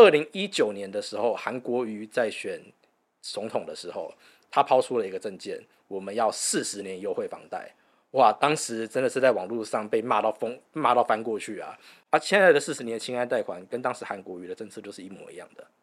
2019年的时候，韩国瑜在选总统的时候，他抛出了一个政见，我们要40年优惠房贷。哇，当时真的是在网络上被骂到翻过去啊！现在的40年青安贷款跟当时韩国瑜的政策就是一模一样的。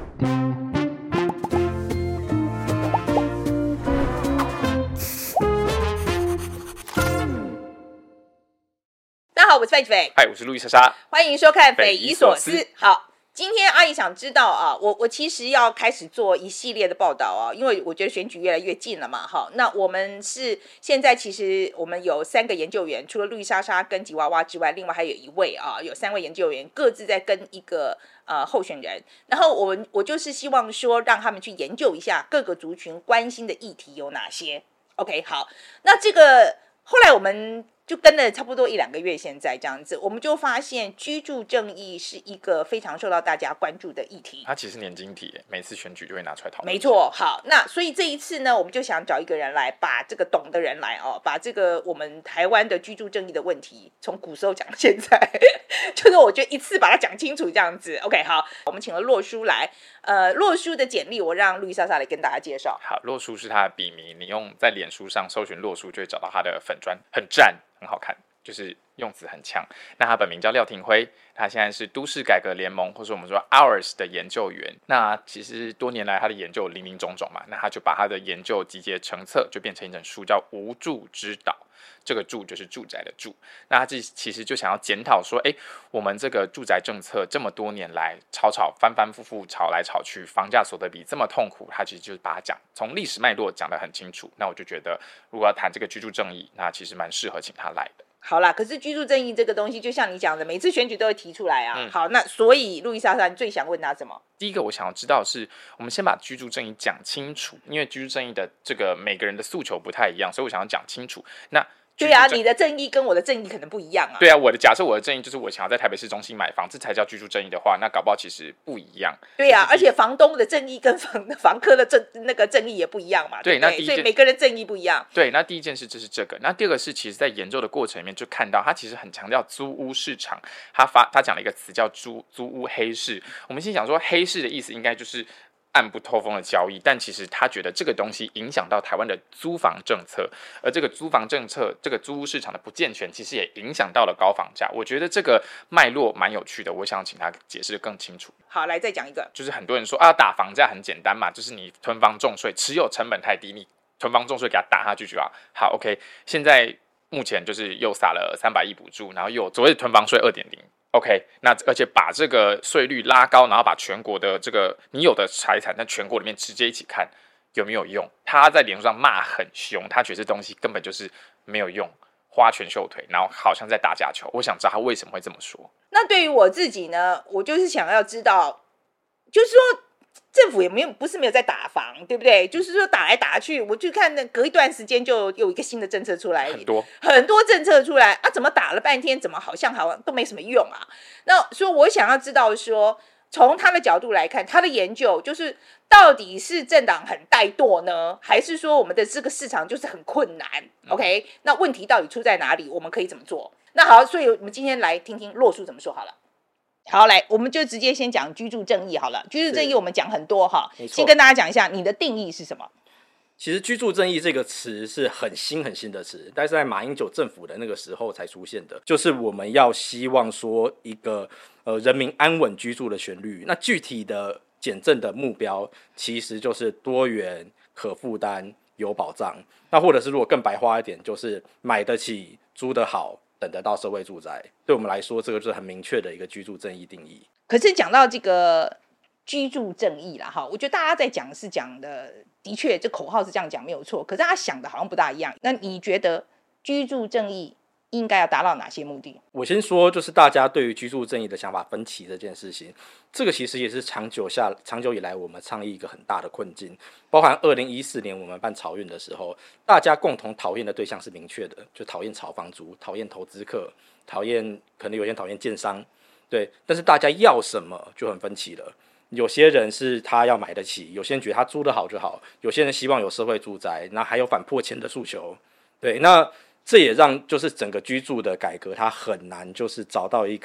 大家好，我是范琪斐， 嗨，我是路易莎莎， 欢迎收看《匪夷所思》。 匪夷所思好，今天阿姨想知道啊，我其实要开始做一系列的报道啊，因为我觉得选举越来越近了嘛。好，那我们是现在其实我们有3个研究员，除了路易莎莎跟吉娃娃之外，另外还有1位啊，有3位研究员各自在跟一个候选人，然后我就是希望说让他们去研究一下各个族群关心的议题有哪些。OK， 好，那这个后来我们就跟了差不多1-2个月，现在这样子，我们就发现居住正义是一个非常受到大家关注的议题。 它其实是年经题，每次选举就会拿出来讨论。 没错，好，那所以这一次呢，我们就想找一个人来，把这个懂的人来哦，把这个我们台湾的居住正义的问题，从古时候讲到现在，就是我觉得一次把它讲清楚这样子。OK， 好，我们请了洛书来，洛书的简历我让路易莎莎来跟大家介绍。 好，洛书是他的笔名，你用在脸书上搜寻洛书，就会找到他的粉专，很赞。很好看，就是用词很强。那他本名叫廖廷辉，他现在是都市改革联盟，或者我们说 OURS 的研究员。那其实多年来他的研究林林总总嘛，那他就把他的研究集结成册，就变成一本书，叫《无住之岛》。这个住就是住宅的住。那他其实就想要检讨说，我们这个住宅政策这么多年来反反复复吵来吵去，房价所得比这么痛苦，他其实就是把它讲从历史脉络讲得很清楚。那我就觉得，如果要谈这个居住正义，那其实蛮适合请他来的。 好啦，可是居住正义这个东西，就像你讲的，每次选举都会提出来啊。好，那所以路易莎莎，你最想问他什么？ 第一个我想要知道是，我们先把居住正义讲清楚，因为居住正义的这个每个人的诉求不太一样，所以我想要讲清楚。那对啊，你的正义跟我的正义可能不一样啊。 对啊，假设我的正义就是我想要在台北市中心买房，这才叫居住正义的话，那搞不好其实不一样。 对啊，而且房东的正义跟房客的那个正义也不一样嘛。对， 那所以每个人正义不一样。 对，那第一件事就是这个。那第二个是，其实在研究的过程里面就看到，他其实很强调租屋市场。他讲了一个词叫租屋黑市。我们先想说，黑市的意思应该就是暗不透风的交易，但其实他觉得这个东西影响到台湾的租房政策，而这个租房政策，这个租屋市场的不健全，其实也影响到了高房价。我觉得这个脉络蛮有趣的，我想请他解释得更清楚。 好，来再讲一个， 就是很多人说啊，打房价很简单嘛，就是你囤房重税，持有成本太低，你囤房重税给他打下去就好。好 ，OK， 现在目前就是又撒了300亿补助，然后又有所谓的囤房税2.0。OK， 那而且把这个税率拉高，然后把全国的这个你有的财产在全国里面直接一起看有没有用。他在脸书上骂很凶，他觉得这东西根本就是没有用，花拳绣腿，然后好像在打假球。我想知道他为什么会这么说。 那对于我自己呢，我就是想要知道，就是说政府也不是没有在打房，对不对？就是说打来打去，我就看隔一段时间就有一个新的政策出来，很多政策出来啊，怎么打了半天，怎么好像都没什么用啊？那所以我想要知道说，从他的角度来看，他的研究就是到底是政党很怠惰呢，还是说我们的这个市场就是很困难？OK， 那问题到底出在哪里？我们可以怎么做？那好，所以我们今天来听听洛书怎么说好了。好，来，我们就直接先讲居住正义好了。居住正义我们讲很多哈，先跟大家讲一下你的定义是什么。 其实居住正义这个词是很新的词，但是在马英九政府的那个时候才出现的，就是我们要希望说一个人民安稳居住的旋律。那具体的检证的目标其实就是多元、可负担、有保障。那或者是如果更白话一点，就是买得起、租得好、等得到社会住宅。对我们来说，这个就是很明确的一个居住正义定义。 可是讲到这个居住正义啦，我觉得大家在讲是讲的，的确这口号是这样讲没有错，可是大家想的好像不大一样。那你觉得居住正义应该要达到哪些目的？ 我先说，就是大家对于居住正义的想法分歧这件事情，这个其实也是长久以来我们倡议一个很大的困境。包含2014年我们办草运的时候，大家共同讨厌的对象是明确的，就讨厌炒房族、讨厌投资客、可能有些人讨厌建商，对。但是大家要什么就很分歧了。有些人是他要买得起，有些人觉得他租得好就好，有些人希望有社会住宅，那还有反迫迁的诉求，对。那这也让就是整个居住的改革它很难就是找到一个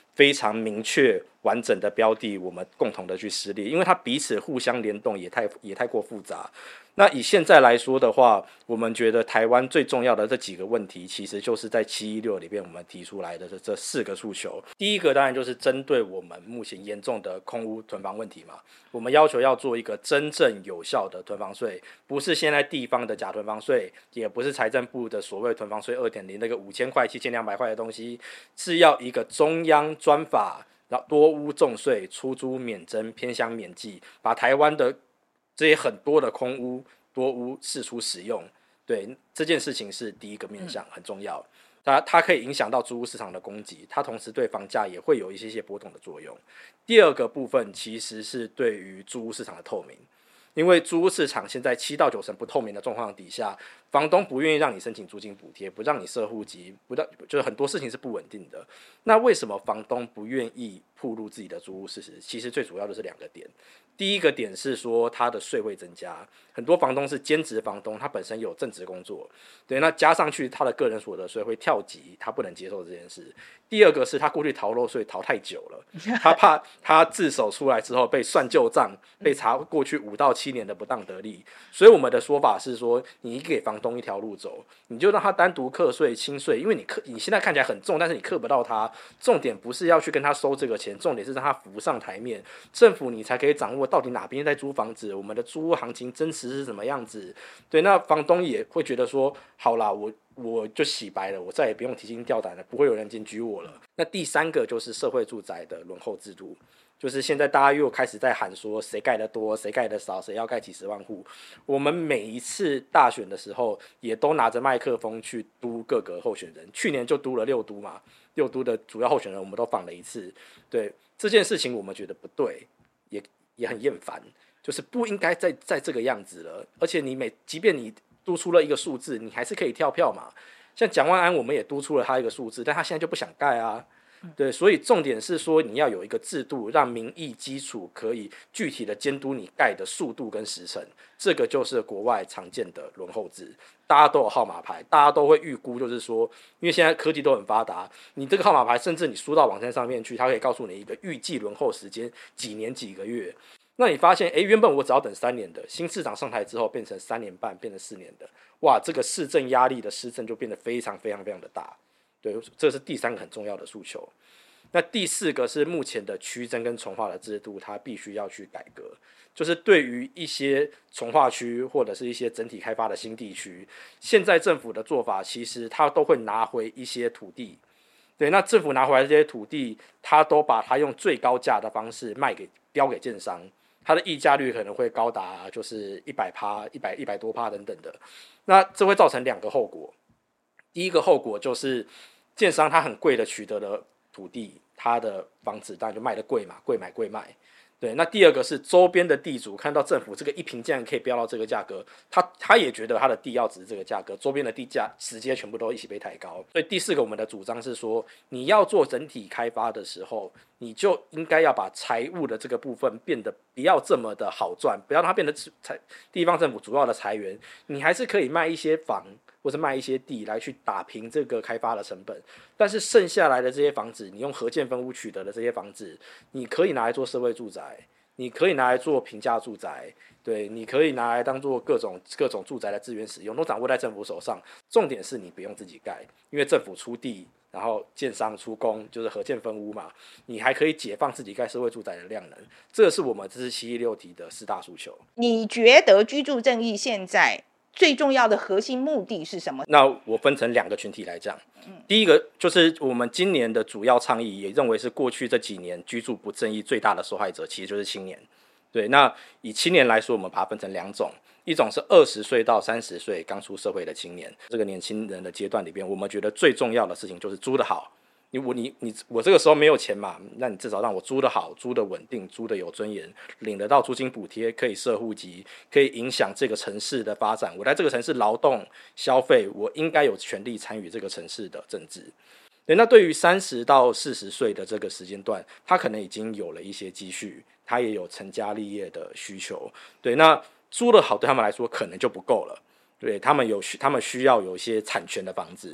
非常明确完整的标的，我们共同的去施力，因为它彼此互相联动也太过复杂。那以现在来说的话，我们觉得台湾最重要的这几个问题，其实就是在716里面我们提出来的这4个诉求。第一个当然就是针对我们目前严重的空屋囤房问题嘛，我们要求要做一个真正有效的囤房税，不是现在地方的假囤房税，也不是财政部的所谓囤房税 2.0 那个5000块7200块的东西，是要一个中央专法，多屋重税，出租免征，偏乡免计，把台湾的这些很多的空屋多屋释出使用。对，这件事情是第一个面向，很重要。它可以影响到租屋市场的供给，它同时对房价也会有一些波动的作用。第二个部分其实是对于租屋市场的透明，因为租屋市场现在7到9成不透明的状况底下，房东不愿意让你申请租金补贴，不让你设户籍，就是很多事情是不稳定的。那为什么房东不愿意暴露自己的租屋事实？其实最主要的是2个点。第一个点是说他的税会增加，很多房东是兼职房东，他本身有正职工作，对，那加上去他的个人所得税会跳级，他不能接受这件事。第二个是他过去逃漏税逃太久了，他怕他自首出来之后被算旧账，被查过去5到7年的不当得利，所以我们的说法是说，你给房东一条路走，你就让他单独课税清税，因为你现在看起来很重，但是你课不到他，重点不是要去跟他收这个钱，重点是让他浮上台面，政府你才可以掌握到底哪边在租房子，我们的租屋行情真实是什么样子。对，那房东也会觉得说，好啦，我就洗白了，我再也不用提心吊胆了，不会有人检举我了。那第3个就是社会住宅的轮候制度，就是现在大家又开始在喊说谁盖得多谁盖得少，谁要盖几10万户。我们每一次大选的时候也都拿着麦克风去督各个候选人，去年就督了6都嘛，6都的主要候选人我们都访了一次。对，这件事情我们觉得不对，也很厌烦，就是不应该再这个样子了。而且即便你督出了一个数字，你还是可以跳票嘛。像蒋万安我们也督出了他一个数字，但他现在就不想盖啊。对，所以重点是说你要有一个制度，让民意基础可以具体的监督你盖的速度跟时程，这个就是国外常见的轮候制。大家都有号码牌，大家都会预估，就是说因为现在科技都很发达，你这个号码牌甚至你输到网站上面去，它可以告诉你一个预计轮候时间几年几个月。那你发现原本我只要等3年的，新市长上台之后变成3年半，变成4年的，哇，这个市政压力的施政就变得非常非常非常的大。对，这是第3个很重要的诉求。那第4个是目前的区征跟重划的制度，它必须要去改革。就是对于一些重划区或者是一些整体开发的新地区，现在政府的做法其实它都会拿回一些土地。对，那政府拿回来这些土地，它都把它用最高价的方式标给建商，它的溢价率可能会高达就是100%、100多%等等的。那这会造成2个后果。第一个后果就是建商他很贵的取得了土地，他的房子当然就卖得贵嘛，贵买贵卖。对，那第2个是周边的地主看到政府这个1坪竟然可以标到这个价格，他也觉得他的地要值这个价格，周边的地价直接全部都一起被抬高。所以第4个我们的主张是说，你要做整体开发的时候，你就应该要把财务的这个部分变得不要这么的好赚，不要让它变得地方政府主要的财源，你还是可以卖一些房或是卖一些地来去打平这个开发的成本，但是剩下来的这些房子，你用合建分屋取得的这些房子，你可以拿来做社会住宅，你可以拿来做平价住宅，对，你可以拿来当做各种住宅的资源使用，都掌握在政府手上。重点是你不用自己盖，因为政府出地，然后建商出工，就是合建分屋嘛，你还可以解放自己盖社会住宅的量能。这个是我们这是716提的4大诉求。 你觉得居住正义现在最重要的核心目的是什么？ 那我分成2个群体来讲。第一个就是我们今年的主要倡议，也认为是过去这几年居住不正义最大的受害者，其实就是青年。对，那以青年来说，我们把它分成2种，一种是20岁到30岁刚出社会的青年，这个年轻人的阶段里边，我们觉得最重要的事情就是租得好。我这个时候没有钱嘛，那你至少让我租得好，租得稳定，租得有尊严，领得到租金补贴，可以设户籍，可以影响这个城市的发展。我在这个城市劳动消费，我应该有权利参与这个城市的政治。对，那对于30到40岁的这个时间段，他可能已经有了一些积蓄，他也有成家立业的需求。对，那租得好对他们来说可能就不够了。对，他们需要有一些产权的房子。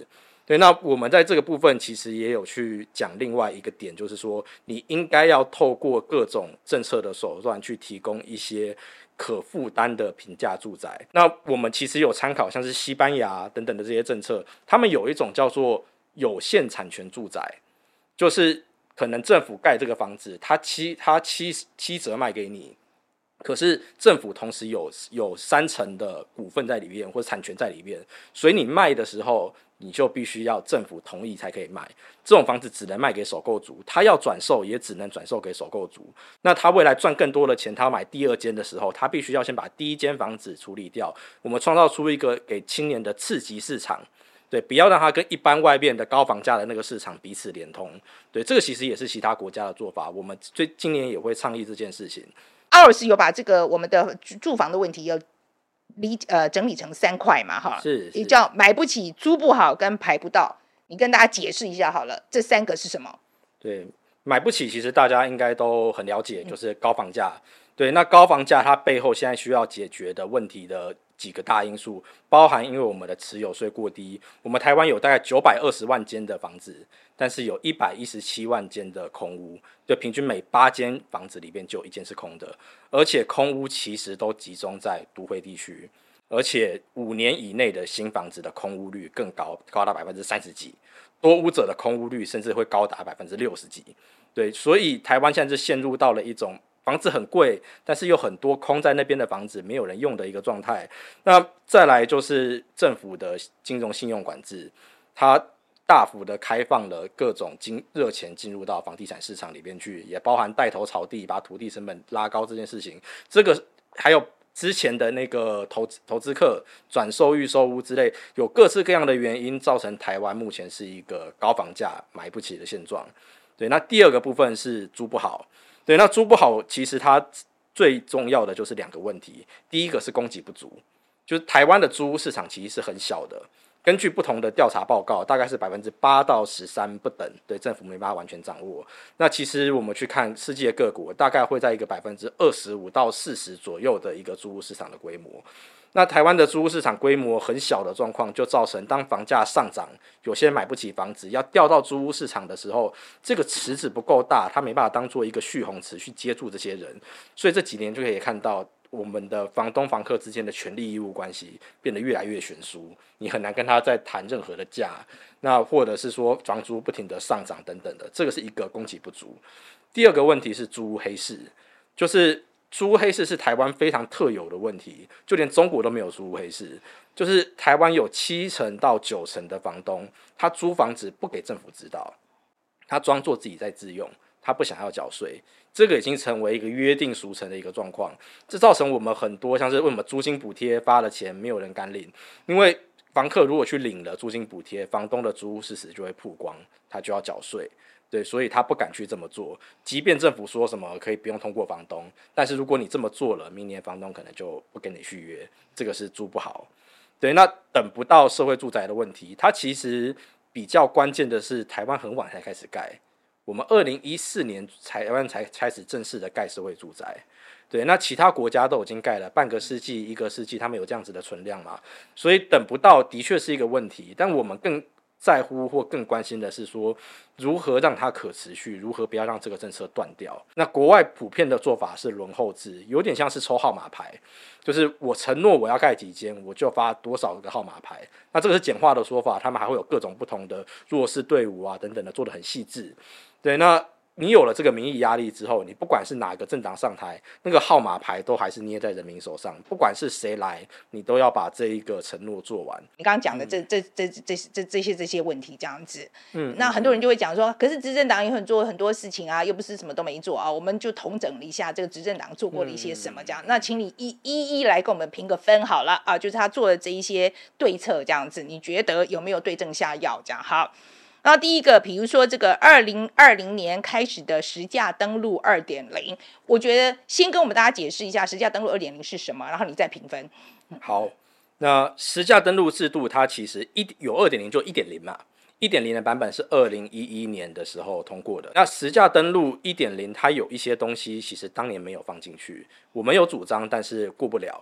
对，那我们在这个部分其实也有去讲另外一个点，就是说你应该要透过各种政策的手段去提供一些可负担的平价住宅。那我们其实有参考像是西班牙等等的这些政策，他们有一种叫做有限产权住宅，就是可能政府盖这个房子，它七折卖给你，可是政府同时有30%的股份在里面或者产权在里面，所以你卖的时候你就必须要政府同意才可以卖。这种房子只能卖给首购族，他要转售也只能转售给首购族。那他未来赚更多的钱，他要买第二间的时候，他必须要先把第一间房子处理掉。我们创造出一个给青年的次级市场，对，不要让它跟一般外面的高房价的那个市场彼此连通。对，这个其实也是其他国家的做法，我们今年也会倡议这件事情。 Ours 有把这个我们的住房的问题有整理成3块嘛，哈， 是也叫买不起、租不好跟排不到。你跟大家解释一下好了，这3个是什么？ 对，买不起其实大家应该都很了解，就是高房价。对，那高房价它背后现在需要解决的问题的几个大因素，包含因为我们的持有税过低，我们台湾有大概920万间的房子，但是有117万间的空屋，就平均每8间房子里面就有1间是空的，而且空屋其实都集中在都会地区，而且5年以内的新房子的空屋率更高，高达30%几，多屋者的空屋率甚至会高达60%几。对，所以台湾现在是陷入到了一种房子很贵，但是又很多空在那边的房子没有人用的一个状态。那再来就是政府的金融信用管制，它大幅的开放了各种热钱进入到房地产市场里面去，也包含带头炒地，把土地成本拉高这件事情。这个还有之前的那个投资客转售预售屋之类，有各式各样的原因造成台湾目前是一个高房价买不起的现状。对，那第二个部分是租不好。对，那租不好其实它最重要的就是2个问题，第一个是供给不足，就是台湾的租屋市场其实是很小的，根据不同的调查报告，大概是8%到13%不等，对，政府没办法完全掌握。那其实我们去看世界各国，大概会在一个25%到40%左右的一个租屋市场的规模。那台湾的租屋市场规模很小的状况，就造成当房价上涨，有些人买不起房子，要调到租屋市场的时候，这个池子不够大，它没办法当做一个蓄洪池去接住这些人。所以这几年就可以看到我们的房东房客之间的权利义务关系变得越来越悬殊，你很难跟他再谈任何的价，那或者是说房租不停的上涨等等的，这个是一个供给不足。第二个问题是租屋黑市，就是租屋黑市是台湾非常特有的问题，就连中国都没有租屋黑市。就是台湾有70%到90%的房东，他租房子不给政府知道，他装作自己在自用，他不想要缴税，这个已经成为一个约定俗成的一个状况。这造成我们很多像是为什么租金补贴发了钱没有人敢领，因为房客如果去领了租金补贴，房东的租屋事实就会曝光，他就要缴税。对，所以他不敢去这么做，即便政府说什么可以不用通过房东，但是如果你这么做了，明年房东可能就不跟你续约，这个是租不好。对，那等不到社会住宅的问题，它其实比较关键的是台湾很晚才开始盖，我们2014年台湾才开始正式的盖社会住宅。对，那其他国家都已经盖了半个世纪、1个世纪，他们有这样子的存量嘛，所以等不到的确是一个问题，但我们更在乎或更关心的是说，如何让它可持续，如何不要让这个政策断掉。那国外普遍的做法是轮候制，有点像是抽号码牌，就是我承诺我要盖几间，我就发多少个号码牌。那这个是简化的说法，他们还会有各种不同的弱势队伍啊等等的，做得很细致。对，那你有了这个民意压力之后，你不管是哪个政党上台，那个号码牌都还是捏在人民手上，不管是谁来，你都要把这一个承诺做完。 你刚刚讲的这些问题这样子，那很多人就会讲说，可是执政党也做很多事情啊，又不是什么都没做啊，我们就统整了一下这个执政党做过了一些什么这样，那请你一一来跟我们评个分好了啊，就是他做的这一些对策这样子，你觉得有没有对症下药这样？好。然后第一个，比如说这个2020年开始的实价登录 2.0， 我觉得先跟我们大家解释一下实价登录 2.0 是什么，然后你再评分。 好，那实价登录制度它其实有 2.0 就 1.0 嘛， 1.0 的版本是2011年的时候通过的。那实价登录 1.0 它有一些东西其实当年没有放进去，我们有主张但是过不了。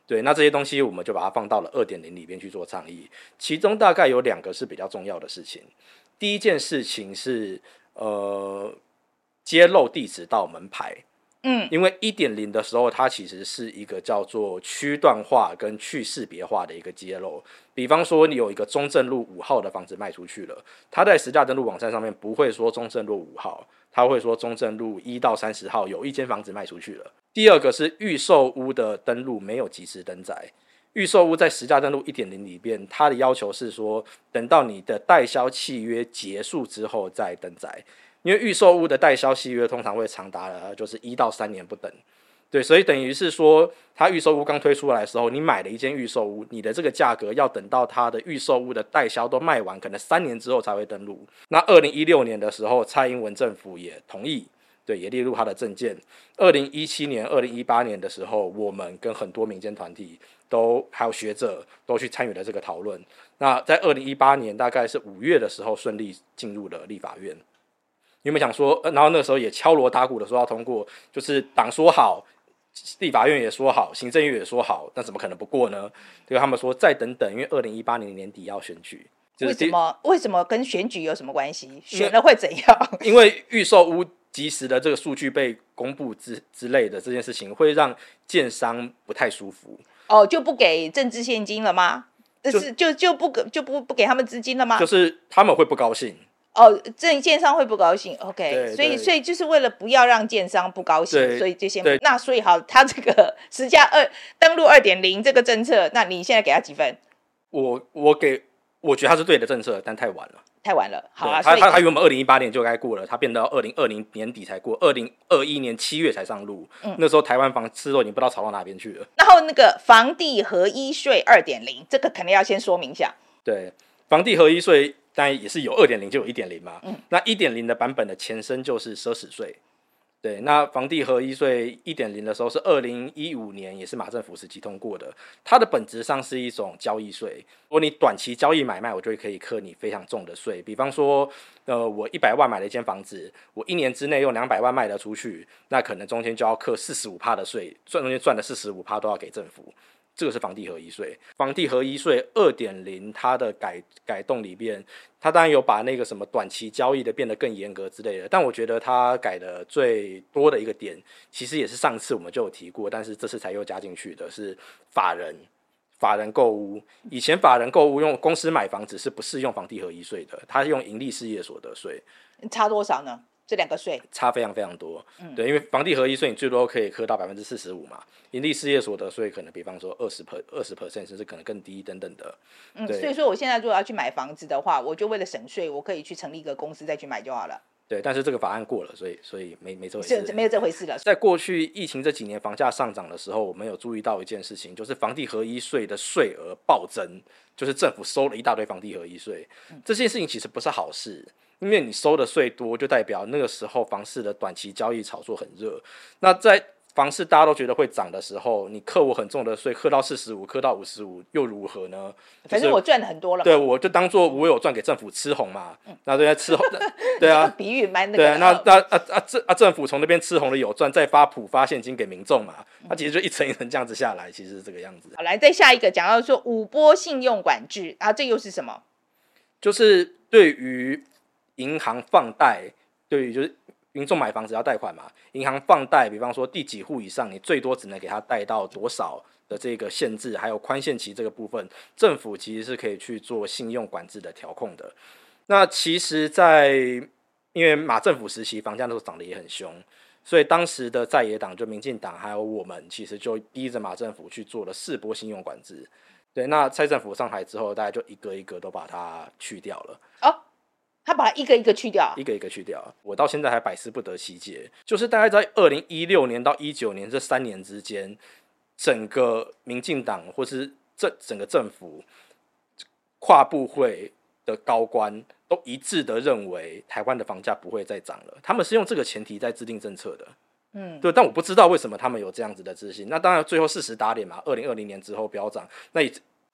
对，那这些东西我们就把它放到了 2.0 里面去做倡议，其中大概有2个是比较重要的事情。第一件事情是揭露地址到门牌。因为 1.0 的时候它其实是一个叫做区段化跟去识别化的一个揭露，比方说你有一个中正路5号的房子卖出去了，它在实价登录网站上面不会说中正路5号，它会说中正路1到30号有一间房子卖出去了。第二个是预售屋的登录没有及时登载，预售屋在实价登录 1.0 里面，它的要求是说等到你的代销契约结束之后再登载，因为预售屋的代销契约通常会长达就是1到3年不等，对，所以等于是说，它预售屋刚推出来的时候，你买了一间预售屋，你的这个价格要等到它的预售屋的代销都卖完，可能3年之后才会登录。那2016年的时候，蔡英文政府也同意，对，也列入他的政见。2017年、2018年的时候，我们跟很多民间团体还有学者都去参与了这个讨论。那在2018年大概是5月的时候，顺利进入了立法院。有没有想说，然后那个时候也敲锣打鼓的说要通过，就是党说好，立法院也说好，行政院也说好，那怎么可能不过呢？对，他们说再等等，因为2018年年底要选举。 为什么跟选举有什么关系？选了会怎样？ 因为预售屋及时的这个数据被公布之类的这件事情，会让建商不太舒服。 就不给政治现金了吗？就不给他们资金了吗？ 就是他们会不高兴。 建商会不高兴 ，OK， 所以就是为了不要让建商不高兴，所以就先那所以好，他这个实价登录 2.0 这个政策，那你现在给他几分？ 我觉得他是对的政策，但太晚了。 太晚了，好啊， 他原本2018年就该过了，他变到2020年底才过，2021年7月才上路。那时候台湾房市都已经不知道炒到哪边去了。 然后那个房地合一税 2.0， 这个肯定要先说明一下。 对，房地合一税当然也是有 2.0 就有 1.0 嘛。那 1.0 的版本的前身就是奢侈税。对，那房地合一税 1.0 的时候是2015年，也是马政府时期通过的。它的本质上是一种交易税，如果你短期交易买卖，我就可以课你非常重的税。比方说，我100万买了一间房子，我1年之内用200万卖了出去，那可能中间就要课 45% 的税，中间赚的 45% 都要给政府。这个是房地合一税。房地合一税 2.0 它的改动里面，它当然有把那个什么短期交易的变得更严格之类的，但我觉得它改的最多的一个点，其实也是上次我们就有提过，但是这次才又加进去的是法人购屋。以前法人购屋用公司买房子是不适用房地合一税的，它用营利事业所得税。 差多少呢？这2个税差非常非常多。对，因为房地合一税你最多可以课到 45% 嘛，盈利事业所得税可能比方说 20%， 甚至可能更低等等的。 所以说我现在如果要去买房子的话，我就为了省税，我可以去成立一个公司再去买就好了。 对，但是这个法案过了，所以没这回事， 没有这回事了。 在过去疫情这几年房价上涨的时候，我们有注意到一件事情，就是房地合一税的税额暴增，就是政府收了一大堆房地合一税。这件事情其实不是好事，因为你收的税多，就代表那个时候房市的短期交易炒作很热。那在房市大家都觉得会涨的时候，你课我很重的税，课到45%，课到55%，又如何呢？ 反正我赚了很多了嘛。 对，我就当做我有赚给政府吃红嘛。那对吃红，对啊， 比喻蛮那个。对，那政府从那边吃红了有赚，再普发现金给民众嘛。它其实就一层一层这样子下来，其实是这个样子。 好，来再下一个讲到说5波信用管制啊，这又是什么？ 就是对于银行放贷，对于就是民众买房子要贷款嘛，银行放贷，比方说第几户以上，你最多只能给他贷到多少的这个限制，还有宽限期这个部分，政府其实是可以去做信用管制的调控的。那其实因为马政府时期房价那时候涨得也很凶，所以当时的在野党就民进党还有我们，其实就逼着马政府去做了4波信用管制。对，那蔡政府上台之后，大家就一个一个都把它去掉了。 他把它一个一个去掉， 一个一个去掉。我到现在还百思不得其解，就是大概在2016年到19年这3年之间，整个民进党或是整个政府跨部会的高官都一致的认为台湾的房价不会再涨了，他们是用这个前提在制定政策的。对，但我不知道为什么他们有这样子的自信。那当然最后事实打脸嘛，2020年之后飙涨，那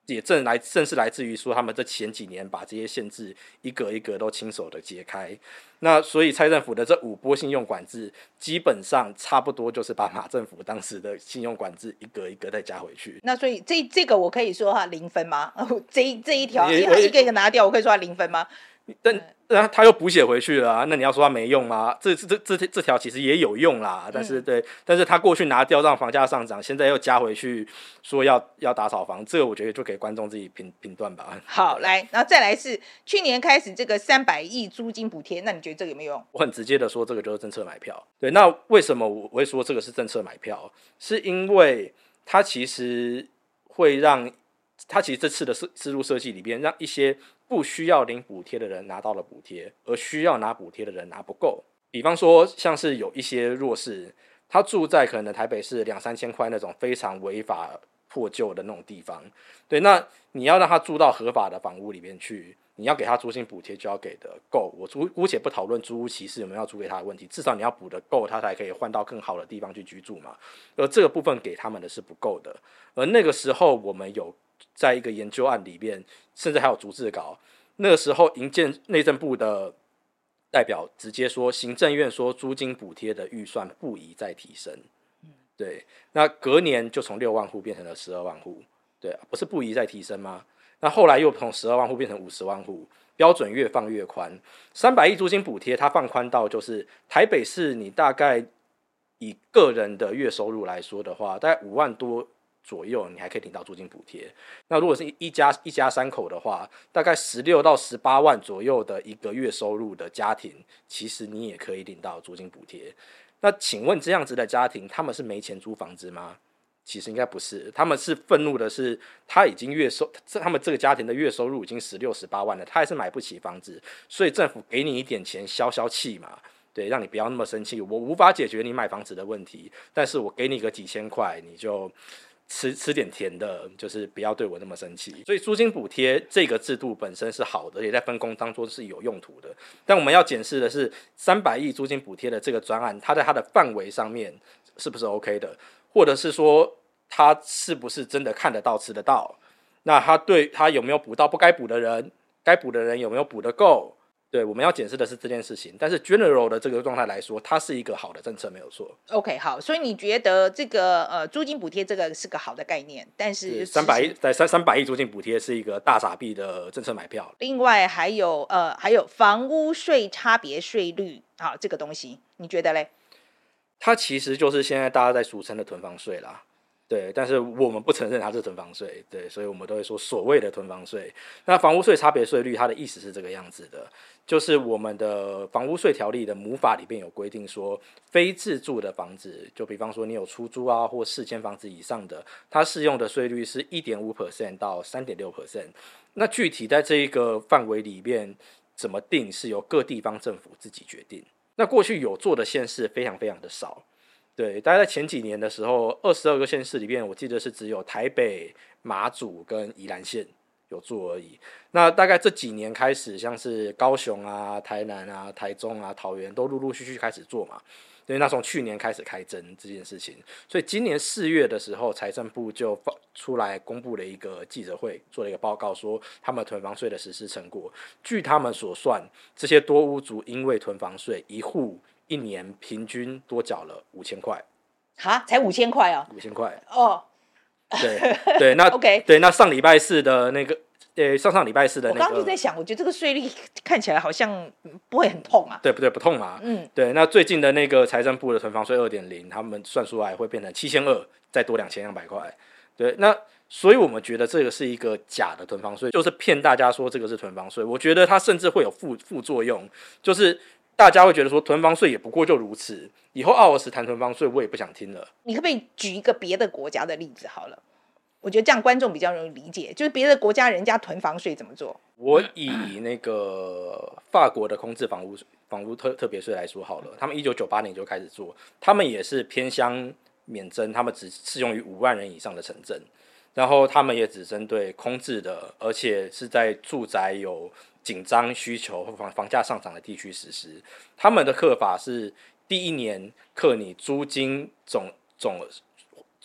也正是来自于说他们这前几年把这些限制一个一个都亲手的解开。那所以蔡政府的这5波信用管制基本上差不多就是把马政府当时的信用管制一个一个再加回去。 那所以这个我可以说他0分吗？这一条他一个一个拿掉，我可以说他0分吗？ 但他又补写回去了啊，那你要说他没用吗？这条其实也有用啦，但是他过去拿掉让房价上涨，现在又加回去说要打炒房，这个我觉得就给观众自己评断吧。 好，来，然后再来是去年开始这个300亿租金补贴，那你觉得这个有没有用？ 我很直接的说，这个就是政策买票。对，那为什么我会说这个是政策买票？是因为它其实这次的思路设计里边，让一些不需要领补贴的人拿到了补贴，而需要拿补贴的人拿不够。比方说，像是有一些弱势，他住在可能台北市2-3千块那种非常违法破旧的那种地方，对，那你要让他住到合法的房屋里面去，你要给他租金补贴就要给的够。我姑且不讨论租屋歧视有没有要租给他的问题，至少你要补得够，他才可以换到更好的地方去居住嘛。而这个部分给他们的是不够的。而那个时候我们有在一个研究案里面，甚至还有逐字稿，那个时候营建内政部的代表直接说，行政院说租金补贴的预算不宜再提升。对，那隔年就从6万户变成了12万户，对，不是不宜再提升吗？那后来又从12万户变成50万户，标准越放越宽。300亿租金补贴，它放宽到就是台北市，你大概以个人的月收入来说的话，大概5万多左右，你还可以领到租金补贴。那如果是一家3口的话，大概16到18万左右的一个月收入的家庭，其实你也可以领到租金补贴。那请问这样子的家庭，他们是没钱租房子吗？其实应该不是，他们是愤怒的是，他们这个家庭的月收入已经16、18万了，他还是买不起房子，所以政府给你一点钱消气嘛，对，让你不要那么生气。我无法解决你买房子的问题，但是我给你个几千块，你就吃点甜的，就是不要对我那么生气。所以租金补贴这个制度本身是好的，也在分工当中是有用途的。但我们要检视的是300亿租金补贴的这个专案，它在它的范围上面是不是 OK 的，或者是说它是不是真的看得到吃得到？那它有没有补到不该补的人？该补的人有没有补得够？对，我们要检视的是这件事情，但是 general 的这个状态来说，它是一个好的政策，没有错。 OK， 好，所以你觉得这个租金补贴这个是个好的概念，但是 300亿租金补贴是一个大傻逼的政策买票。 另外还有房屋税差别税率啊，这个东西你觉得嘞？ 它其实就是现在大家在俗称的囤房税啦。对，但是我们不承认它是囤房税，对，所以我们都会说所谓的囤房税。那房屋税差别税率，它的意思是这个样子的，就是我们的房屋税条例的母法里面有规定说，非自住的房子，就比方说你有出租啊或4间房子以上的，它适用的税率是 1.5% 到 3.6%。那具体在这一个范围里面怎么定，是由各地方政府自己决定。那过去有做的县市非常非常的少。对，大概在前几年的时候，22个县市里面，我记得是只有台北、马祖跟宜兰县有做而已。那大概这几年开始，像是高雄啊、台南啊、台中啊、桃园都陆陆续续开始做嘛。对，那从去年开始开征这件事情，所以今年4月的时候，财政部就出来公布了一个记者会，做了一个报告，说他们囤房税的实施成果。据他们所算，这些多屋族因为囤房税，一户1年平均多缴了5000块。 哈，才5000块哦 ？5000块哦。 对，那 OK， 对，那上礼拜四的那个，上礼拜四的那个， 我刚刚就在想，我觉得这个税率看起来好像不会很痛啊。 对不对？不痛嘛。对。那最近的那个财政部的囤房税 2.0， 他们算出来会变成7200，再多2200块。对，那所以我们觉得这个是一个假的囤房税，就是骗大家说这个是囤房税。我觉得它甚至会有副作用，就是大家会觉得说囤房税也不过就如此，以后奥尔斯谈囤房税我也不想听了。 你可不可以举一个别的国家的例子好了？我觉得这样观众比较容易理解，就是别的国家人家囤房税怎么做。 我以那个法国的空置房屋特别税来说好了，他们1998年就开始做，他们也是偏乡免征，他们只适用于5万人以上的城镇，然后他们也只针对空置的，而且是在住宅有紧张需求或房价上涨的地区实施。他们的课法是第1年课你租金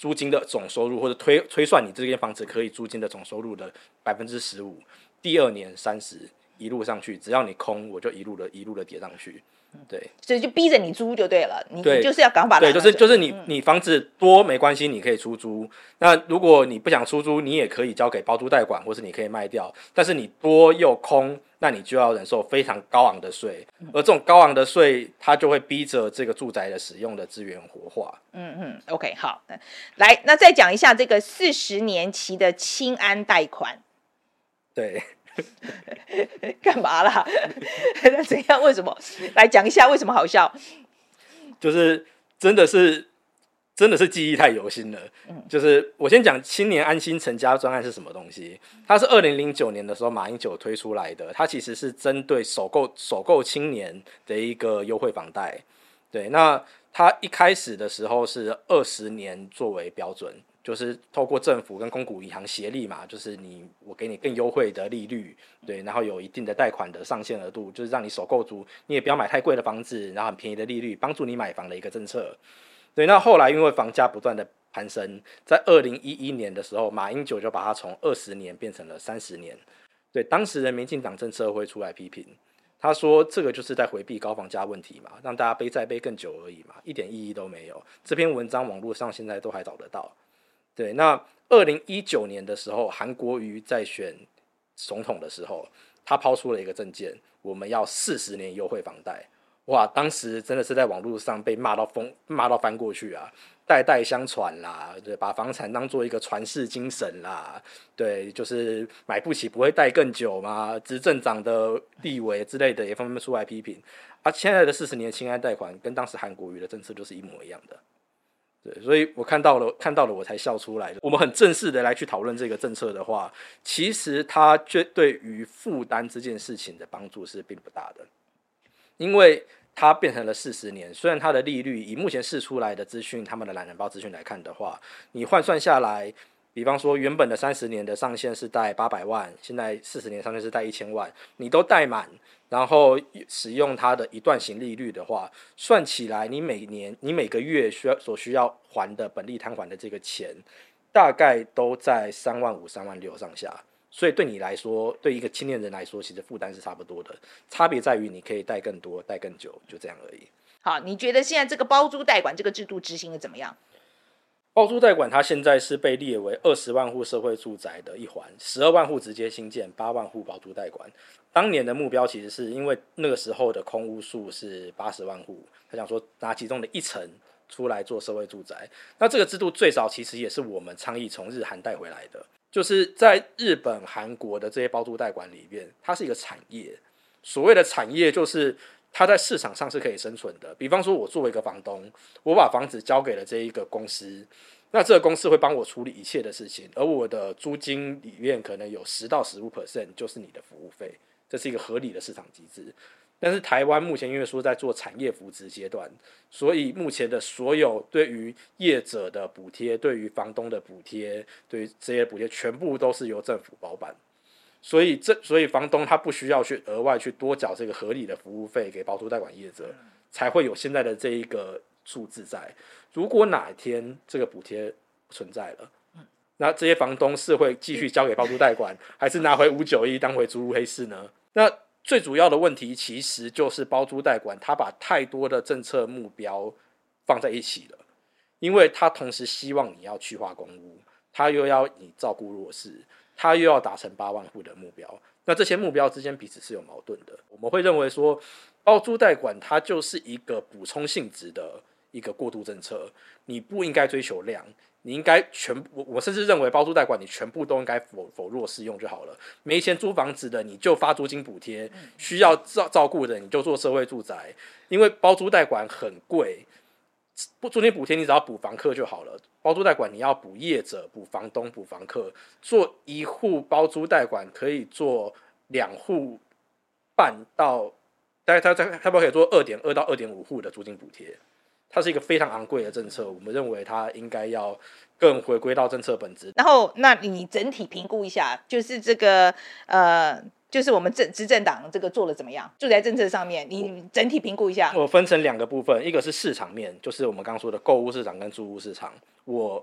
租金的总收入，或者推算你这间房子可以租金的总收入的15%，第2年30%，一路上去，只要你空，我就一路的叠上去。对， 所以就逼着你租就对了，你就是要赶快把它对，就是你房子多没关系，你可以出租。那如果你不想出租，你也可以交给包租代管，或是你可以卖掉。但是你多又空，那你就要忍受非常高昂的税，而这种高昂的税，它就会逼着这个住宅的使用的资源活化。 OK， 好，来，那再讲一下这个40年期的青安贷款。 对。 干嘛啦？怎样？为什么？来讲一下为什么好笑？ 就是真的是记忆太犹新了。就是我先讲青年安心成家专案是什么东西。它是2009年的时候马英九推出来的，它其实是针对首购青年的一个优惠房贷。对，那它一开始的时候是20年作为标准。就是透过政府跟公股银行协力嘛，就是我给你更优惠的利率，对，然后有一定的贷款的上限额度，就是让你首购族你也不要买太贵的房子，然后很便宜的利率，帮助你买房的一个政策。对，那后来因为房价不断的攀升，在2011年的时候，马英九就把它从20年变成了30年。对，当时的民进党政策会出来批评，他说这个就是在回避高房价问题嘛，让大家背债背更久而已嘛，一点意义都没有。这篇文章网络上现在都还找得到。对，那2019年的时候，韩国瑜在选总统的时候，他抛出了一个政见，我们要40年优惠房贷。哇，当时真的是在网络上被骂到翻过去啊，代代相传啦，对，把房产当做一个传世精神啦，对，就是买不起不会贷更久嘛，执政党的地位之类的也纷纷出来批评。现在的40年青安贷款跟当时韩国瑜的政策就是一模一样的。对，所以我看到了我才笑出来。我们很正式的来去讨论这个政策的话，其实它对于负担这件事情的帮助是并不大的，因为它变成了40年，虽然它的利率以目前释出来的资讯，他们的懒人包资讯来看的话，你换算下来，比方说原本的30年的上限是贷800万，现在40年上限是贷1000万，你都贷满，然后使用它的一段型利率的话，算起来你每个月所需要还的本利摊还的这个钱，大概都在36000、36000上下。所以对你来说，对一个青年人来说，其实负担是差不多的，差别在于你可以贷更多、贷更久，就这样而已。 好，你觉得现在这个包租代管这个制度执行的怎么样？ 包租代管它现在是被列为20万户社会住宅的一环，12万户直接新建，8万户包租代管。当年的目标其实是因为那个时候的空屋数是80万户，他想说拿其中的1成出来做社会住宅。那这个制度最早其实也是我们倡议从日韩带回来的，就是在日本、韩国的这些包租代管里面，它是一个产业。所谓的产业就是它在市场上是可以生存的。比方说我作为一个房东，我把房子交给了这一个公司，那这个公司会帮我处理一切的事情，而我的租金里面可能有10到15% 就是你的服务费，这是一个合理的市场机制。但是台湾目前因为说在做产业扶植阶段，所以目前的所有对于业者的补贴、对于房东的补贴、对于这些补贴，全部都是由政府包办。所以房东他不需要去额外去多缴这个合理的服务费给包租代管业者，才会有现在的这一个数字在。如果哪一天这个补贴不存在了，那这些房东是会继续交给包租代管，还是拿回591当回租屋黑市呢？那最主要的问题其实就是包租代管他把太多的政策目标放在一起了，因为他同时希望你要去化公屋，他又要你照顾弱势，他又要达成8万户的目标，那这些目标之间彼此是有矛盾的。我们会认为说，包租代管它就是一个补充性质的一个过渡政策，你不应该追求量，你应该我甚至认为包租代管你全部都应该否弱适用就好了。没钱租房子的你就发租金补贴，需要照顾的你就做社会住宅，因为包租代管很贵，租金补贴你只要补房客就好了，包租代管你要补业者、补房东、补房客。做1户包租代管可以做2户半到大概差不多可以做2.2到2.5户的租金补贴。它是一个非常昂贵的政策，我们认为它应该要更回归到政策本质。 然后，那你整体评估一下，就是这个就是我们执政党这个做的怎么样？住宅政策上面，你整体评估一下。 我分成2个部分，一个是市场面，就是我们刚刚说的购物市场跟住屋市场。我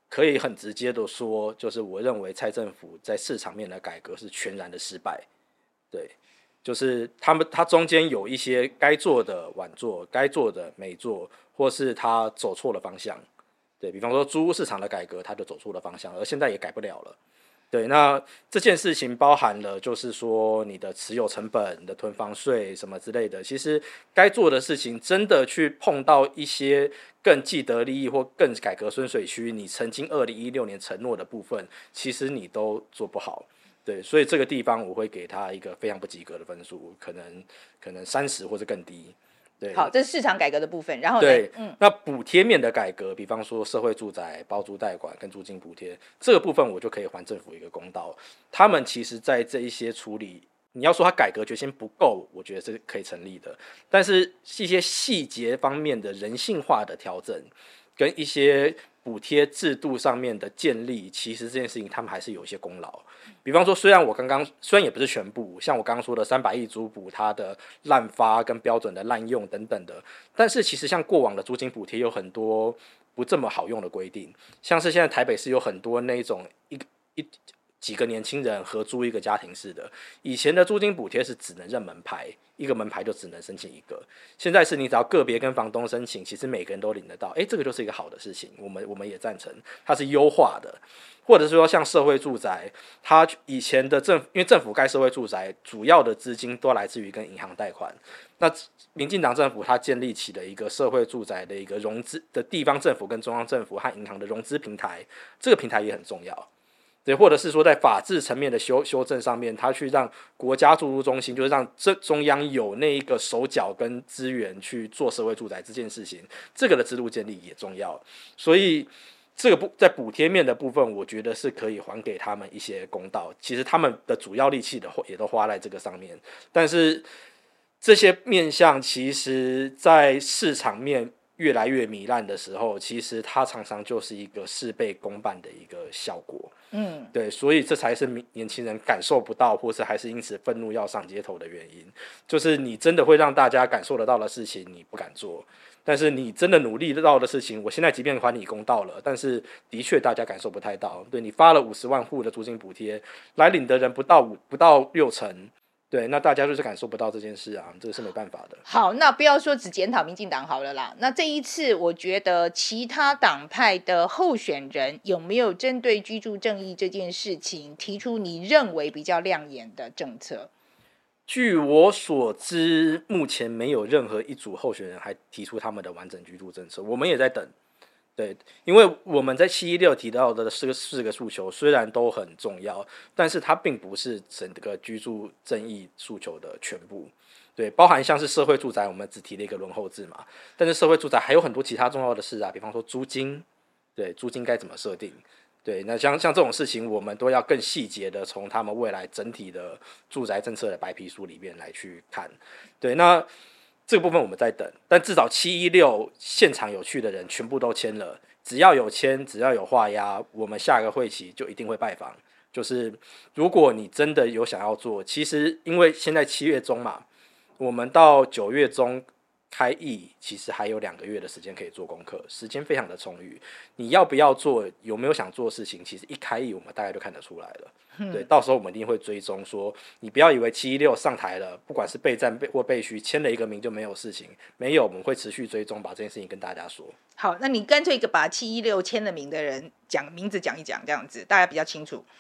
可以很直接的说，就是我认为蔡政府在市场面的改革是全然的失败。对，就是他中间有一些该做的晚做，该做的没做，或是他走错了方向。对，比方说租屋市场的改革，他就走错了方向，而现在也改不了了。对，那这件事情包含了就是说你的持有成本、你的囤房税什么之类的，其实该做的事情真的去碰到一些更既得利益或更改革顺水区，你曾经2016年承诺的部分，其实你都做不好。对，所以这个地方我会给他一个非常不及格的分数，可能30或者更低。对， 好，这是市场改革的部分。然后对，那补贴面的改革，比方说社会住宅、包租代管跟租金补贴这个部分，我就可以还政府一个公道。他们其实在这一些处理，你要说他改革决心不够，我觉得是可以成立的。但是一些细节方面的人性化的调整，跟一些补贴制度上面的建立，其实这件事情他们还是有一些功劳。比方说，虽然也不是全部，像我刚刚说的300亿租补它的滥发跟标准的滥用等等的，但是其实像过往的租金补贴有很多不这么好用的规定，像是现在台北市有很多那种几个年轻人合租一个家庭式的，以前的租金补贴是只能认门牌，一个门牌就只能申请一个，现在是你只要个别跟房东申请，其实每个人都领得到，这个就是一个好的事情，我们也赞成，它是优化的。或者是说像社会住宅，它以前的因为政府盖社会住宅，主要的资金都来自于跟银行贷款。那民进党政府它建立起了一个社会住宅的一个融资的地方政府跟中央政府和银行的融资平台，这个平台也很重要。对，或者是说在法治层面的修正上面，它去让国家住屋中心，就是让中央有那一个手脚跟资源去做社会住宅这件事情，这个的制度建立也重要。所以这个在补贴面的部分，我觉得是可以还给他们一些公道。其实他们的主要力气也都花在这个上面，但是这些面向其实在市场面越来越糜烂的时候，其实它常常就是一个事倍功半的一个效果。对，所以这才是年轻人感受不到，或是还是因此愤怒要上街头的原因。就是你真的会让大家感受得到的事情，你不敢做。但是你真的努力到的事情，我现在即便还你公道了，但是的确大家感受不太到。对，你发了50万户的租金补贴，来领的人不到60%，对，那大家就是感受不到这件事啊，这个是没办法的。 好，那不要说只检讨民进党好了啦。那这一次，我觉得其他党派的候选人有没有针对居住正义这件事情提出你认为比较亮眼的政策？ 据我所知，目前没有任何一组候选人还提出他们的完整居住政策，我们也在等。对，因为我们在716提到的四个诉求虽然都很重要，但是它并不是整个居住正义诉求的全部。对，包含像是社会住宅，我们只提了一个轮候制嘛，但是社会住宅还有很多其他重要的事啊，比方说租金，对，租金该怎么设定？对，那像这种事情，我们都要更细节的从他们未来整体的住宅政策的白皮书里面来去看。对，那这个部分我们在等，但至少716现场有去的人全部都签了，只要有签，只要有画押，我们下个会期就一定会拜访。就是如果你真的有想要做，其实因为现在7月中嘛，我们到9月中开议，其实还有2个月的时间可以做功课，时间非常的充裕。你要不要做，有没有想做的事情，其实一开议我们大概就看得出来了。对，到时候我们一定会追踪说，你不要以为716上台了，不管是备战或备虚，签了一个名就没有事情，没有，我们会持续追踪，把这件事情跟大家说。 好，那你干脆把716签了名的人名字讲一讲，这样子大家比较清楚。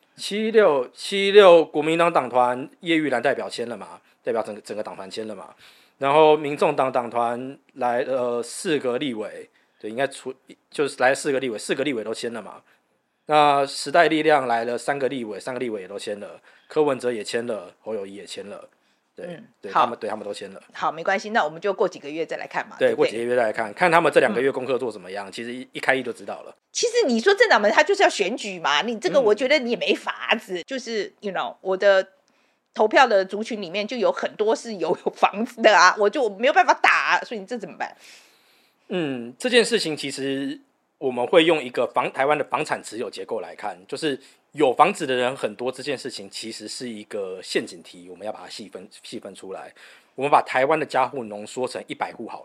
716国民党党团叶玉兰代表签了嘛，代表整个党团签了嘛。然后民众党党团来了4个立委，对，应该就是来了4个立委，4个立委都签了嘛。那时代力量来了3个立委，3个立委也都签了，柯文哲也签了，侯友宜也签了，对，他们都签了。 好，没关系，那我们就过几个月再来看嘛。 对，过几个月再来看他们这2个月功课做怎么样。其实一开议就知道了。 其实你说政党们他就是要选举嘛，你这个我觉得你也没法子，就是我的投票的族群里面就有很多是有房子的啊，我没有办法打所以你这怎么办？ 这件事情其实我们会用一个台湾的房产持有结构来看，就是有房子的人很多，这件事情其实是一个陷阱题，我们要把它细分出来。我们把台湾的家户浓缩成100户好了，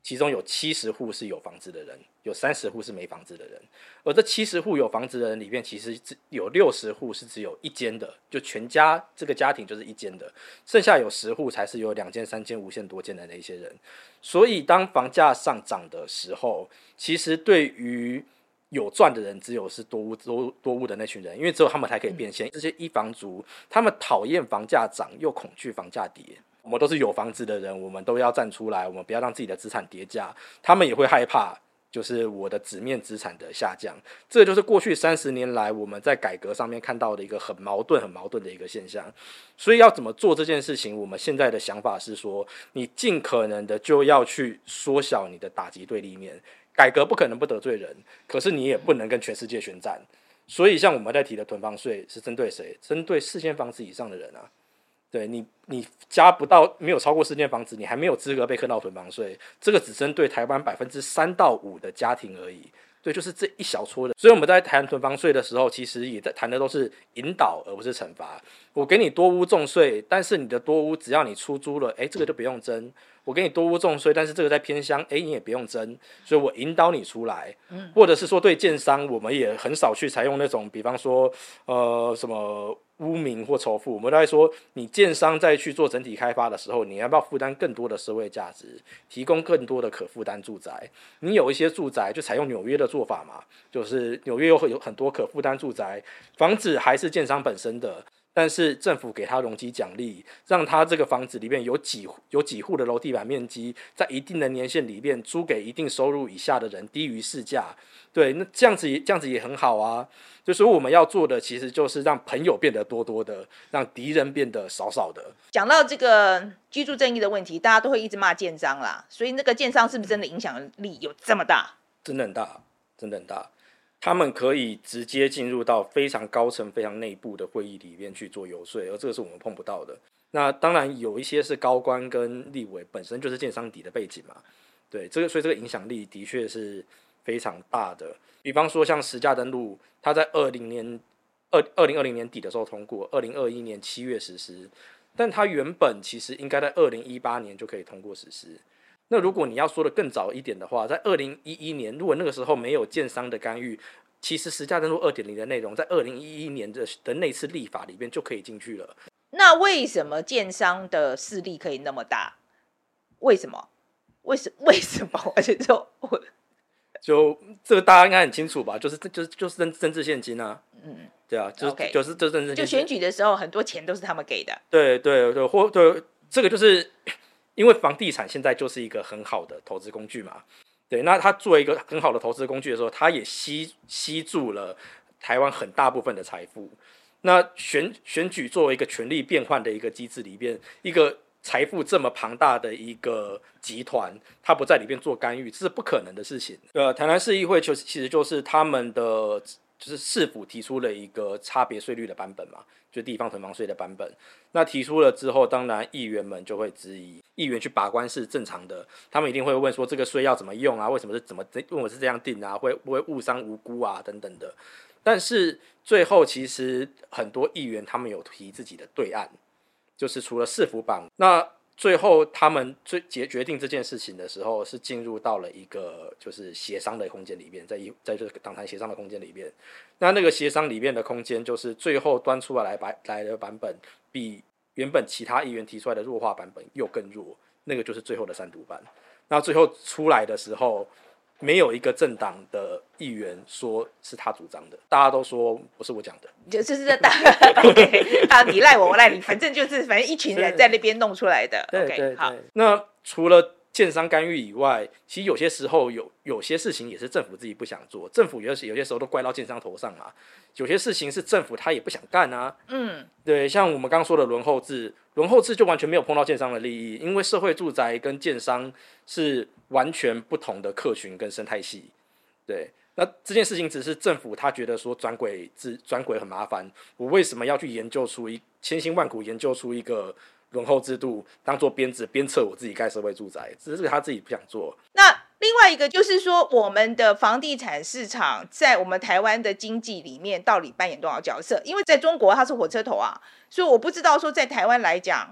其中有70户是有房子的人，有30户是没房子的人。而这70户有房子的人里面，其实有60户是只有一间的，就全家这个家庭就是一间的，剩下有10户才是有2间、3间、无限多间的那些人。所以当房价上涨的时候，其实对于有赚的人只有是多屋的那群人，因为只有他们才可以变现。这些一房族，他们讨厌房价涨，又恐惧房价跌。我们都是有房子的人，我们都要站出来，我们不要让自己的资产跌价。他们也会害怕，就是我的纸面资产的下降。这就是过去30年来我们在改革上面看到的一个很矛盾的一个现象。所以要怎么做这件事情，我们现在的想法是说，你尽可能的就要去缩小你的打击对立面。改革不可能不得罪人，可是你也不能跟全世界宣战。所以像我们在提的囤房税是针对谁？针对4间房子以上的人啊。对，你家不到，没有超过4间房子，你还没有资格被课到囤房税。这个只针对台湾3%到5%的家庭而已。对，就是这一小撮人。所以我们在谈囤房税的时候，其实也在谈的都是引导，而不是惩罚。我给你多屋重税，但是你的多屋只要你出租了，这个就不用征。我给你多屋重税，但是这个在偏乡，你也不用征，所以我引导你出来。或者是说对建商，我们也很少去采用那种，比方说什么污名或仇富。我们都在说，你建商在去做整体开发的时候，你要不要负担更多的社会价值，提供更多的可负担住宅？你有一些住宅就采用纽约的做法嘛，就是纽约有很多可负担住宅，房子还是建商本身的。但是政府给他容积奖励，让他这个房子里面有几户的楼地板面积，在一定的年限里面租给一定收入以下的人，低于市价。对，那这样子也很好啊。就说我们要做的，其实就是让朋友变得多多的，让敌人变得少少的。 讲到这个居住正义的问题，大家都会一直骂建商啦，所以那个建商是不是真的影响力有这么大？ 真的很大，真的很大。他们可以直接进入到非常高层、非常内部的会议里面去做游说，而这个是我们碰不到的。那当然有一些是高官跟立委本身就是建商底的背景嘛，对，所以这个影响力的确是非常大的。比方说像实价登录，它在2020年底的时候通过，2021年7月实施，但它原本其实应该在2018年就可以通过实施。那如果你要说的更早一点的话，在2011年，如果那个时候没有建商的干预，其实实价登录 2.0 的内容在2011年的那次立法里面就可以进去了。 那为什么建商的势力可以那么大？为什么？而且就这个大家应该很清楚吧？就是政治现金啊。对啊，就是政治现金。 就选举的时候，很多钱都是他们给的。 对，这个就是因为房地产现在就是一个很好的投资工具嘛。对，那它作为一个很好的投资工具的时候，它也吸住了台湾很大部分的财富。那选举作为一个权力变换的一个机制里面，一个财富这么庞大的一个集团，它不在里面做干预，这是不可能的事情。台南市议会其实就是他们的就是市府提出了一个差别税率的版本嘛，就地方囤房税的版本。那提出了之后，当然议员们就会质疑，议员去把关是正常的，他们一定会问说这个税要怎么用啊？为什么是这样定啊？会不会误伤无辜啊？等等的。但是最后其实很多议员他们有提自己的对案，就是除了市府版，那最后他们决定这件事情的时候，是进入到了一个就是协商的空间里面，在这个党坛协商的空间里面。那个协商里面的空间，就是最后端出来的版本，比原本其他议员提出来的弱化版本又更弱，那个就是最后的3读版。那最后出来的时候，没有一个政党的议员说是他主张的，大家都说不是我讲的， 就是OK， 你赖我，我赖你，反正一群人在那边弄出来的。 对 OK， 好。 那除了建商干预以外，其实有些时候有些事情也是政府自己不想做，政府有些时候都怪到建商头上啊。有些事情是政府他也不想干啊。对，像我们刚刚说的轮候制就完全没有碰到建商的利益，因为社会住宅跟建商是完全不同的客群跟生态系。对，那这件事情只是政府他觉得说转轨很麻烦，我为什么要去研究出千辛万苦研究出一个轮候制度当做鞭策我自己盖社会住宅，这是他自己不想做。 那另外一个就是说，我们的房地产市场在我们台湾的经济里面到底扮演多少角色？因为在中国它是火车头啊，所以我不知道说在台湾来讲，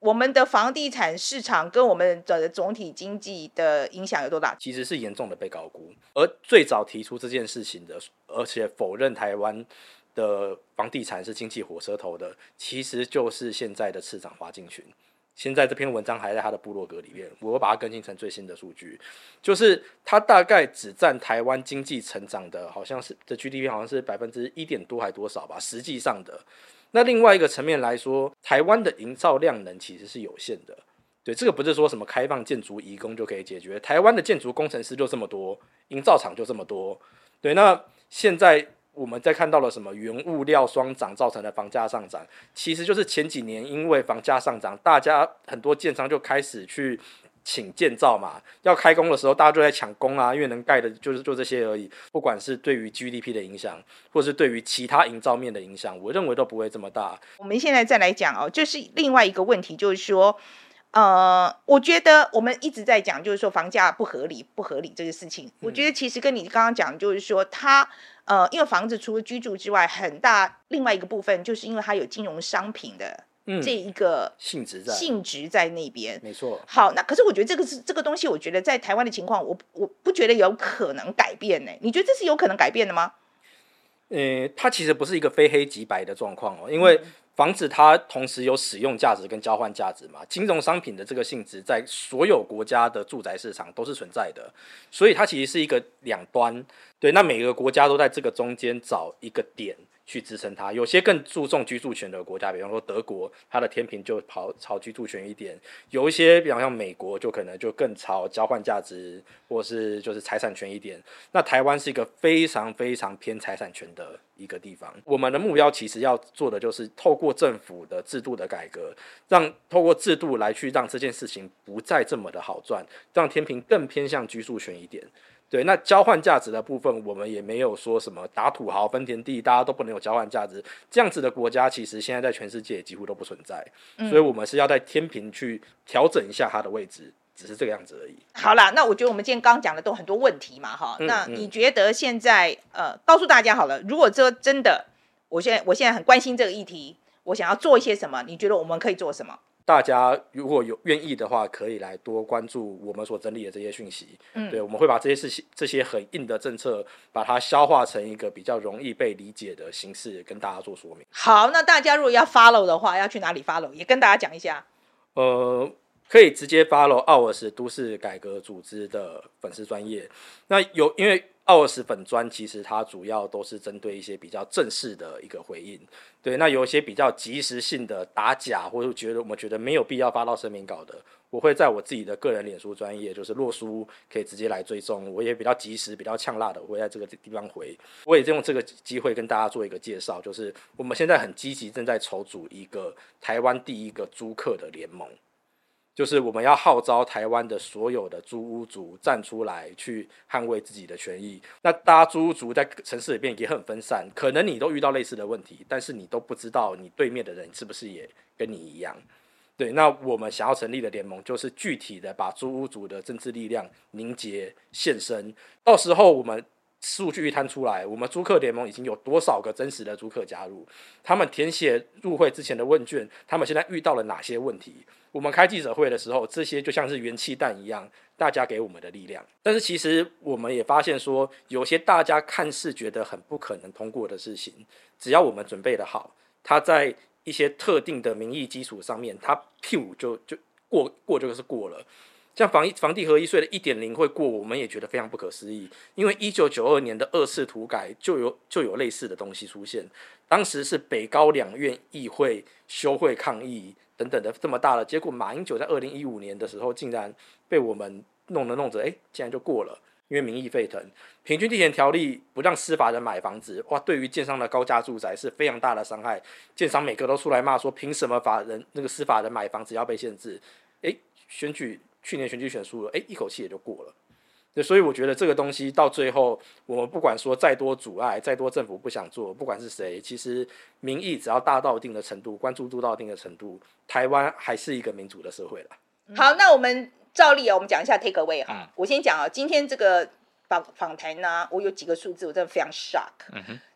我们的房地产市场跟我们的总体经济的影响有多大？ 其实是严重的被高估。而最早提出这件事情的，而且否认台湾的房地产是经济火车头的，其实就是现在的市长华敬群。现在这篇文章还在他的部落格里面，我会把它更新成最新的数据，就是他大概只占台湾经济成长的，好像是的 GDP 好像是1%点多还多少吧，实际上的。那另外一个层面来说，台湾的营造量能其实是有限的。对，这个不是说什么开放建筑移工就可以解决，台湾的建筑工程师就这么多，营造厂就这么多。对，那现在我们在看到了什么原物料双涨造成的房价上涨，其实就是前几年因为房价上涨，大家很多建商就开始去请建造嘛，要开工的时候大家就在抢工啊，因为能盖的就这些而已。不管是对于 GDP 的影响，或是对于其他营造面的影响，我认为都不会这么大。 我们现在再来讲就是另外一个问题，就是说我觉得我们一直在讲，就是说房价不合理这个事情。我觉得其实跟你刚刚讲，就是说它因为房子除了居住之外，很大另外一个部分就是因为它有金融商品的这一个性质在那边。 没错。 好，那可是我觉得这个东西，我觉得在台湾的情况，我不觉得有可能改变呢。你觉得这是有可能改变的吗？ 它其实不是一个非黑即白的状况因为房子它同时有使用价值跟交换价值嘛，金融商品的这个性质在所有国家的住宅市场都是存在的，所以它其实是一个两端。对，那每个国家都在这个中间找一个点去支撑它，有些更注重居住权的国家，比方说德国，它的天平就朝居住权一点；有一些，比方像美国，就可能就更朝交换价值或是就是财产权一点。那台湾是一个非常非常偏财产权的一个地方。我们的目标其实要做的就是透过政府的制度的改革，透过制度来去让这件事情不再这么的好赚，让天平更偏向居住权一点。对，那交换价值的部分，我们也没有说什么打土豪分田地，大家都不能有交换价值，这样子的国家其实现在在全世界几乎都不存在，所以我们是要在天平去调整一下它的位置，只是这个样子而已。 好啦，那我觉得我们今天刚刚讲的都很多问题嘛，那你觉得现在告诉大家好了，如果说真的，我现在很关心这个议题，我想要做一些什么，你觉得我们可以做什么？ 大家如果有愿意的话，可以来多关注我们所整理的这些讯息。对，我们会把这些很硬的政策，把它消化成一个比较容易被理解的形式，跟大家做说明。 好，那大家如果要 follow 的话，要去哪里 follow？ 也跟大家讲一下。 可以直接 follow 奥尔斯都市改革组织的粉丝专页。那因为奥尔斯粉专其实它主要都是针对一些比较正式的一个回应，对，那有一些比较即时性的打假，或者我们觉得没有必要发到声明稿的，我会在我自己的个人脸书专页，就是洛书，可以直接来追踪，我也比较及时比较呛辣的，我会在这个地方回。我也用这个机会跟大家做一个介绍，就是我们现在很积极正在筹组一个台湾第一个租客的联盟，就是我们要号召台湾的所有的租屋族站出来去捍卫自己的权益。那大家租屋族在城市里面也很分散，可能你都遇到类似的问题，但是你都不知道你对面的人是不是也跟你一样。对，那我们想要成立的联盟就是具体的把租屋族的政治力量凝结现身，到时候我们数据一摊出来，我们租客联盟已经有多少个真实的租客加入，他们填写入会之前的问卷，他们现在遇到了哪些问题，我们开记者会的时候，这些就像是元气弹一样，大家给我们的力量。但是其实我们也发现说，有些大家看似觉得很不可能通过的事情，只要我们准备的好，它在一些特定的民意基础上面，它就过就是过了。像房地合一税的 1.0 会过，我们也觉得非常不可思议，因为1992年的2次土改就有类似的东西出现，当时是北高两院议会休会抗议等等的这么大的结果，马英九在2015年的时候竟然被我们弄着竟然就过了，因为民意沸腾。平均地权条例不让司法人买房子，哇，对于建商的高价住宅是非常大的伤害，建商每个都出来骂说，凭什么那个司法人买房子要被限制？去年选举选输了，一口气也就过了。所以我觉得这个东西到最后，我们不管说再多阻碍，再多政府不想做，不管是谁，其实民意只要大到一定的程度，关注度到一定的程度，台湾还是一个民主的社会了。 好，那我们照例我们讲一下 take away 我先讲今天这个访谈呢，我有几个数字我真的非常 shock。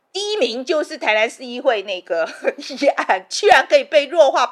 第一名就是台南市议会那个议案，居然可以被弱化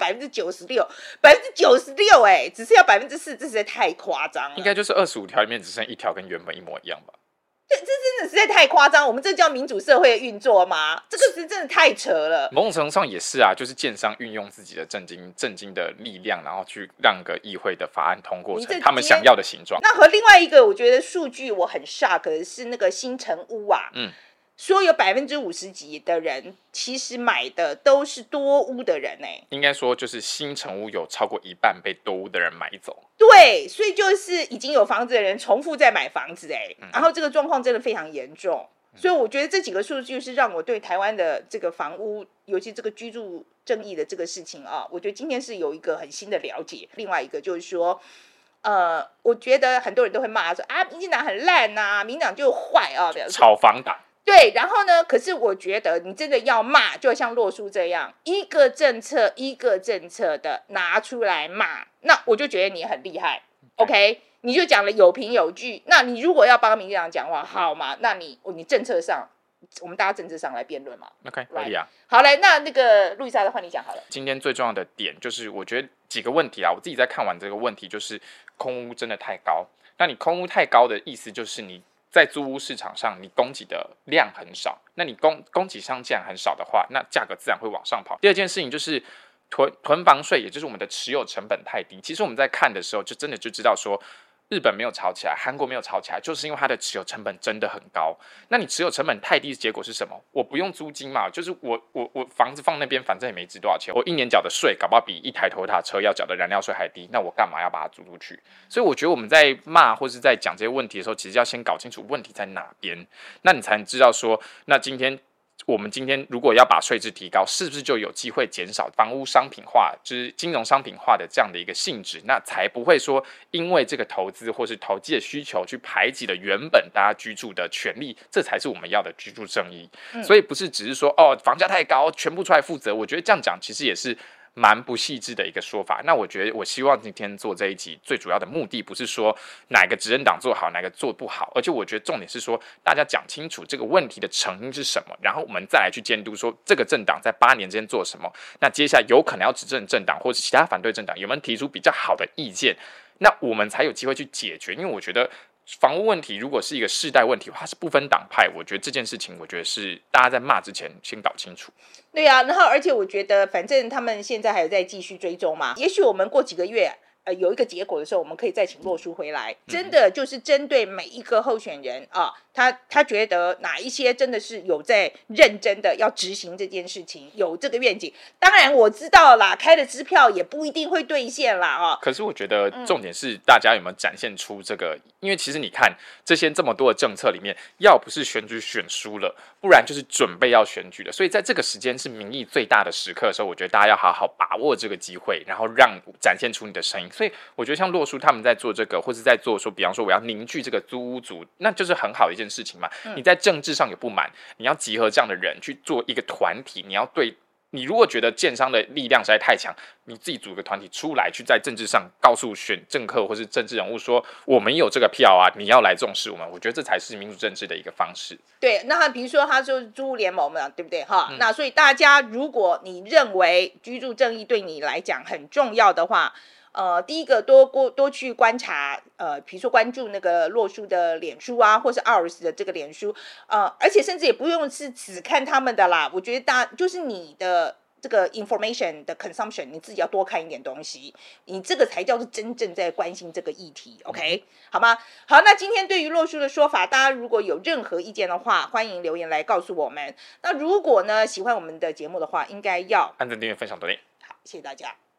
96%，96%哎，只是要4%，这实在太夸张了。 应该就是25条里面只剩1条跟原本一模一样吧？ 这真的实在太夸张，我们这叫民主社会的运作吗？这个是真的太扯了。 某种程度上也是啊，就是建商运用自己的政经的力量，然后去让个议会的法案通过成他们想要的形状。 那和另外一个我觉得数据我很 shock 的是那个新成屋啊，说有50%几的人其实买的都是多屋的人应该说就是新成屋有超过一半被多屋的人买走。 对，所以就是已经有房子的人重复在买房子然后这个状况真的非常严重。所以我觉得这几个数据是让我对台湾的这个房屋，尤其这个居住正义的这个事情我觉得今天是有一个很新的了解。另外一个就是说我觉得很多人都会骂说民进党很烂民进党就坏炒房党。 对，然后呢？可是我觉得你真的要骂，就像洛书这样，一个政策一个政策的拿出来骂，那我就觉得你很厉害。OK， 你就讲了有凭有据。那你如果要帮民进党讲话，好嘛？那你政策上，我们大家政治上来辩论嘛。 OK， 可以啊。 好嘞，那个路易莎的话你讲好了。 今天最重要的点就是，我觉得几个问题我自己在看完这个问题，就是空屋真的太高。那你空屋太高的意思就是你在租屋市场上，你供给的量很少，那你供给商既然很少的话，那价格自然会往上跑。第二件事情就是囤房税，也就是我们的持有成本太低。其实我们在看的时候，就真的就知道说，日本没有炒起来，韩国没有炒起来，就是因为它的持有成本真的很高。那你持有成本太低的结果是什么？我不用租金嘛，就是我房子放那边，反正也没值多少钱，我一年缴的税搞不好比一台 Toyota 车要缴的燃料税还低，那我干嘛要把它租出去？所以我觉得我们在骂或是在讲这些问题的时候，其实要先搞清楚问题在哪边，那你才能知道说，那我们今天如果要把税制提高，是不是就有机会减少房屋商品化，就是金融商品化的这样的一个性质？那才不会说因为这个投资或是投机的需求去排挤了原本大家居住的权利，这才是我们要的居住正义。所以不是只是说房价太高，全部出来负责。我觉得这样讲其实也是蛮不细致的一个说法。那我觉得我希望今天做这一集最主要的目的不是说哪个执政党做好哪个做不好，而且我觉得重点是说大家讲清楚这个问题的成因是什么，然后我们再来去监督说这个政党在8年之间做什么，那接下来有可能要执政政党或是其他反对政党有没有提出比较好的意见，那我们才有机会去解决。因为我觉得房屋问题如果是一个世代问题，它是不分党派，我觉得这件事情我觉得是大家在骂之前先搞清楚。 对啊，然后而且我觉得反正他们现在还有在继续追踪嘛，也许我们过几个月有一个结果的时候，我们可以再请洛书回来，真的就是针对每一个候选人他觉得哪一些真的是有在认真的要执行这件事情，有这个愿景。当然我知道啦，开的支票也不一定会兑现啦可是我觉得重点是大家有没有展现出这个，因为其实你看这么多的政策里面，要不是选举选输了，不然就是准备要选举了。所以在这个时间是民意最大的时刻的时候，我觉得大家要好好把握这个机会，然后展现出你的声音。所以我觉得像洛书他们在做这个，或是在做说，比方说我要凝聚这个租屋族，那就是很好的一件事情嘛。你在政治上有不满，你要集合这样的人去做一个团体，你如果觉得建商的力量实在太强，你自己组个团体出来，去在政治上告诉选政客或是政治人物说，我们有这个票你要来重视我们。我觉得这才是民主政治的一个方式。 对，那比如说他就是租屋联盟嘛，对不对那所以大家如果你认为居住正义对你来讲很重要的话，第一个多去观察，比如说关注那个洛书的脸书或是 OURS 的这个脸书，而且甚至也不用是只看他们的啦，我觉得就是你的这个 information 的 consumption， 你自己要多看一点东西，你这个才叫做真正在关心这个议题 ，OK， 好吗？好，那今天对于洛书的说法，大家如果有任何意见的话，欢迎留言来告诉我们。那如果呢喜欢我们的节目的话，应该要按赞、订阅、分享、donate。 好，谢谢大家。